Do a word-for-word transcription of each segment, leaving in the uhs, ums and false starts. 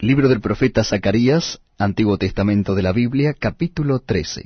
Libro del profeta Zacarías, Antiguo Testamento de la Biblia, capítulo trece.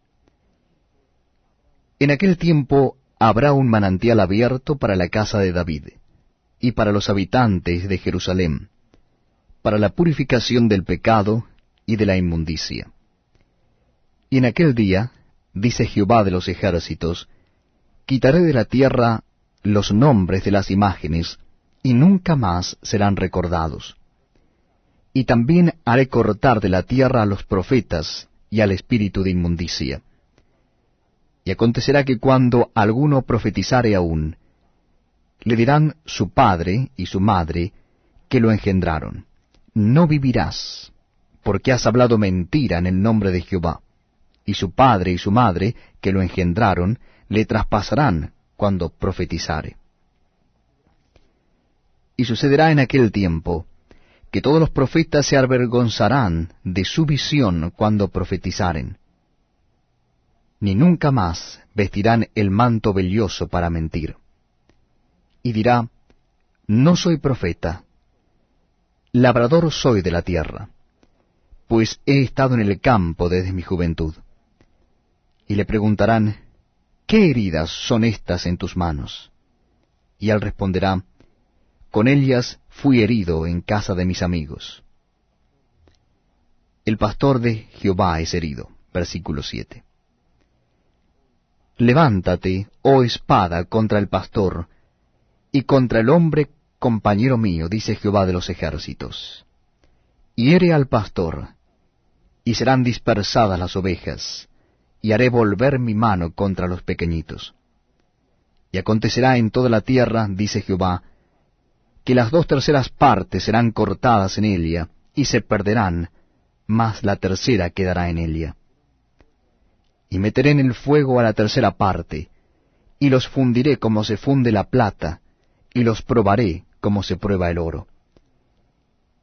En aquel tiempo habrá un manantial abierto para la casa de David, y para los habitantes de Jerusalén, para la purificación del pecado y de la inmundicia. Y en aquel día, dice Jehová de los ejércitos, quitaré de la tierra los nombres de las imágenes, y nunca más serán recordados. Y también haré cortar de la tierra a los profetas y al espíritu de inmundicia. Y acontecerá que cuando alguno profetizare aún, le dirán su padre y su madre que lo engendraron: no vivirás, porque has hablado mentira en el nombre de Jehová. Y su padre y su madre que lo engendraron le traspasarán cuando profetizare. Y sucederá en aquel tiempo que todos los profetas se avergonzarán de su visión cuando profetizaren, ni nunca más vestirán el manto velloso para mentir. Y dirá: no soy profeta, labrador soy de la tierra, pues he estado en el campo desde mi juventud. Y le preguntarán: ¿qué heridas son estas en tus manos? Y él responderá: con ellas fui herido en casa de mis amigos. El pastor de Jehová es herido. Versículo siete. Levántate, oh espada, contra el pastor, y contra el hombre compañero mío, dice Jehová de los ejércitos. Hiere al pastor, y serán dispersadas las ovejas, y haré volver mi mano contra los pequeñitos. Y acontecerá en toda la tierra, dice Jehová, que las dos terceras partes serán cortadas en ella, y se perderán, mas la tercera quedará en ella. Y meteré en el fuego a la tercera parte, y los fundiré como se funde la plata, y los probaré como se prueba el oro.